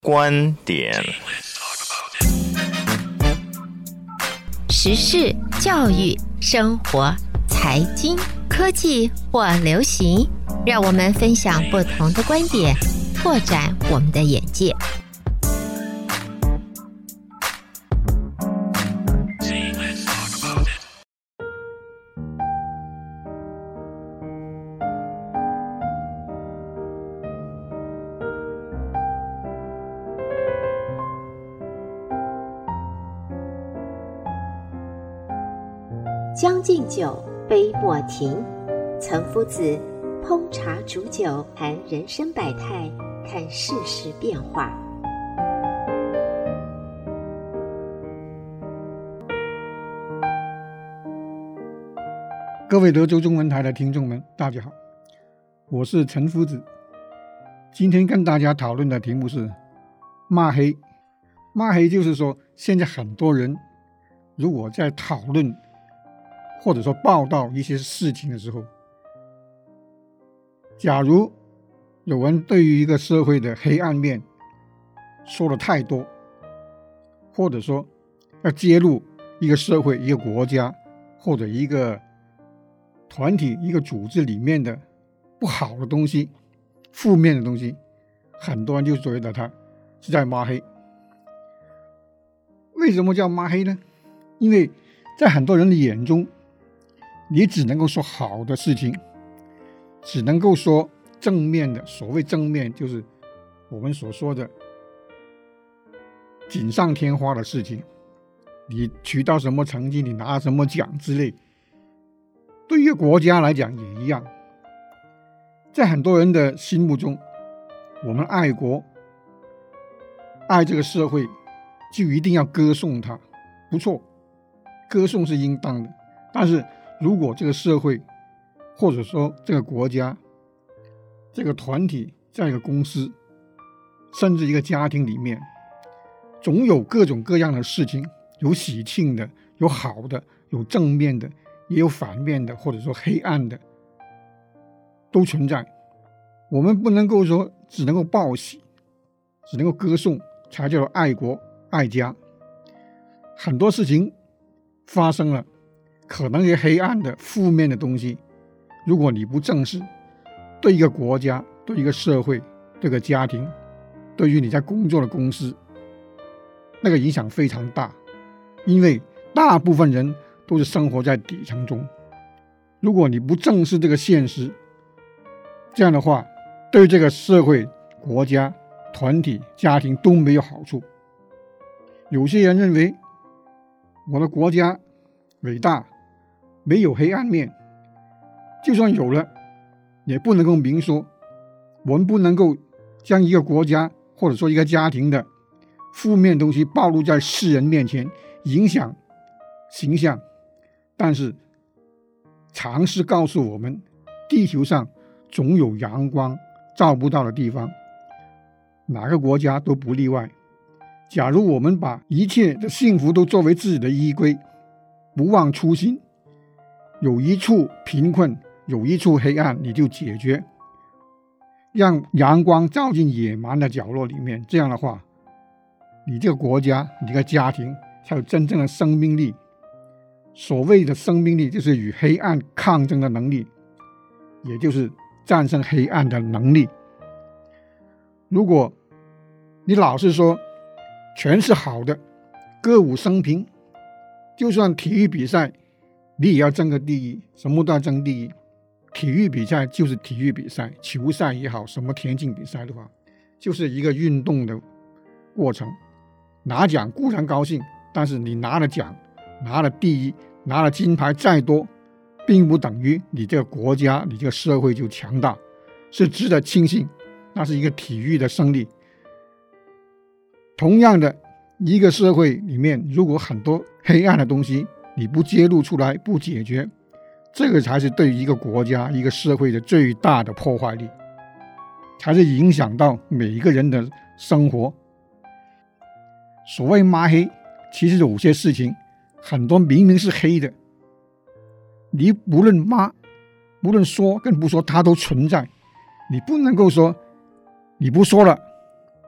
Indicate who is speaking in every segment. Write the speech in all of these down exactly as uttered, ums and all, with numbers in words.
Speaker 1: 观点，
Speaker 2: 时事、教育、生活、财经、科技或流行，让我们分享不同的观点，拓展我们的眼界。
Speaker 3: 将进酒，杯莫停。岑夫子烹茶煮酒，谈人生百态，看世事变化。
Speaker 4: 各位德州中文台的听众们，大家好，我是岑夫子。今天跟大家讨论的题目是抹黑。抹黑就是说，现在很多人如果在讨论或者说报道一些事情的时候，假如有人对于一个社会的黑暗面说的太多，或者说要揭露一个社会、一个国家或者一个团体、一个组织里面的不好的东西、负面的东西，很多人就觉得他是在抹黑。为什么叫抹黑呢？因为在很多人的眼中，你只能够说好的事情，只能够说正面的，所谓正面就是我们所说的锦上添花的事情，你取到什么成绩，你拿什么奖之类。对于一个国家来讲也一样，在很多人的心目中，我们爱国爱这个社会就一定要歌颂它，不错，歌颂是应当的。但是如果这个社会或者说这个国家、这个团体、在一个公司甚至一个家庭里面，总有各种各样的事情，有喜庆的，有好的，有正面的，也有反面的，或者说黑暗的，都存在。我们不能够说只能够报喜，只能够歌颂才叫做爱国爱家。很多事情发生了，可能是黑暗的负面的东西，如果你不正视，对一个国家、对一个社会、对一个家庭，对于你在工作的公司，那个影响非常大。因为大部分人都是生活在底层中，如果你不正视这个现实，这样的话对这个社会、国家、团体、家庭都没有好处。有些人认为我的国家伟大，没有黑暗面，就算有了也不能够明说。我们不能够将一个国家或者说一个家庭的负面东西暴露在世人面前，影响形象。但是常识告诉我们，地球上总有阳光照不到的地方，哪个国家都不例外。假如我们把一切的幸福都作为自己的依归，不忘初心，有一处贫困，有一处黑暗，你就解决，让阳光照进野蛮的角落里面。这样的话，你这个国家、你这个家庭才有真正的生命力。所谓的生命力，就是与黑暗抗争的能力，也就是战胜黑暗的能力。如果你老是说全是好的，歌舞升平，就算体育比赛你也要争个第一，什么都要争第一。体育比赛就是体育比赛，球赛也好，什么田径比赛的话，就是一个运动的过程。拿奖固然高兴，但是你拿了奖，拿了第一，拿了金牌再多，并不等于你这个国家、你这个社会就强大，是值得庆幸。那是一个体育的胜利。同样的，一个社会里面如果很多黑暗的东西你不揭露出来，不解决，这个才是对于一个国家、一个社会的最大的破坏力，才是影响到每一个人的生活。所谓抹黑，其实有些事情很多明明是黑的，你不论抹不论说跟不说，它都存在。你不能够说你不说了，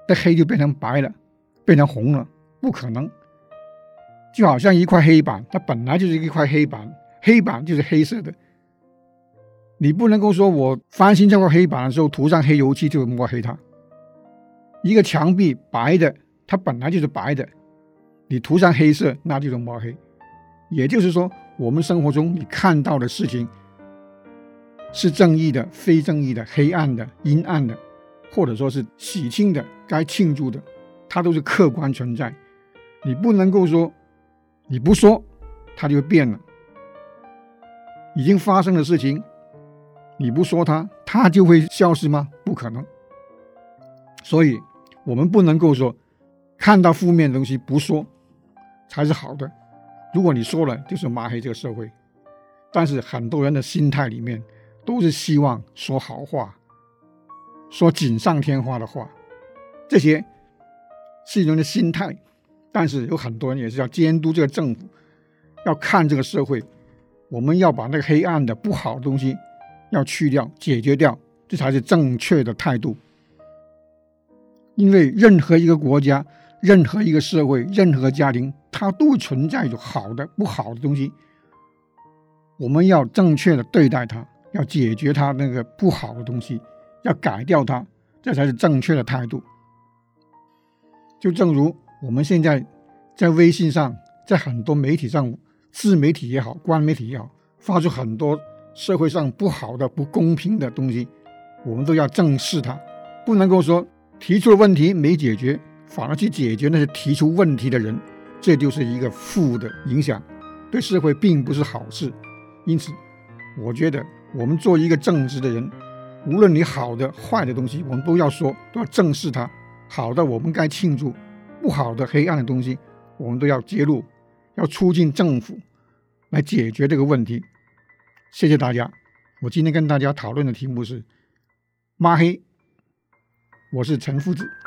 Speaker 4: 的黑就变成白了，变成红了，不可能。就好像一块黑板，它本来就是一块黑板，黑板就是黑色的，你不能够说我翻新这块黑板的时候涂上黑油漆就抹黑它。一个墙壁白的，它本来就是白的，你涂上黑色那就是抹黑。也就是说，我们生活中你看到的事情是正义的、非正义的、黑暗的、阴暗的，或者说是喜庆的、该庆祝的，它都是客观存在。你不能够说你不说它就变了，已经发生的事情你不说它，它就会消失吗？不可能。所以我们不能够说看到负面的东西不说才是好的，如果你说了就是抹黑这个社会。但是很多人的心态里面都是希望说好话，说锦上添花的话，这些是一种的心态。但是有很多人也是要监督这个政府，要看这个社会，我们要把那个黑暗的不好的东西要去掉、解决掉，这才是正确的态度。因为任何一个国家、任何一个社会、任何家庭，它都存在有好的、不好的东西，我们要正确的对待它，要解决它那个不好的东西，要改掉它，这才是正确的态度。就正如我们现在在微信上，在很多媒体上，自媒体也好，官媒体也好，发出很多社会上不好的、不公平的东西，我们都要正视它，不能够说提出了问题没解决，反而去解决那些提出问题的人，这就是一个负的影响，对社会并不是好事。因此我觉得我们做一个正直的人，无论你好的坏的东西我们都要说，都要正视它。好的我们该庆祝，不好的黑暗的东西我们都要揭露，要促进政府来解决这个问题。谢谢大家。我今天跟大家讨论的题目是抹黑，我是陈夫子。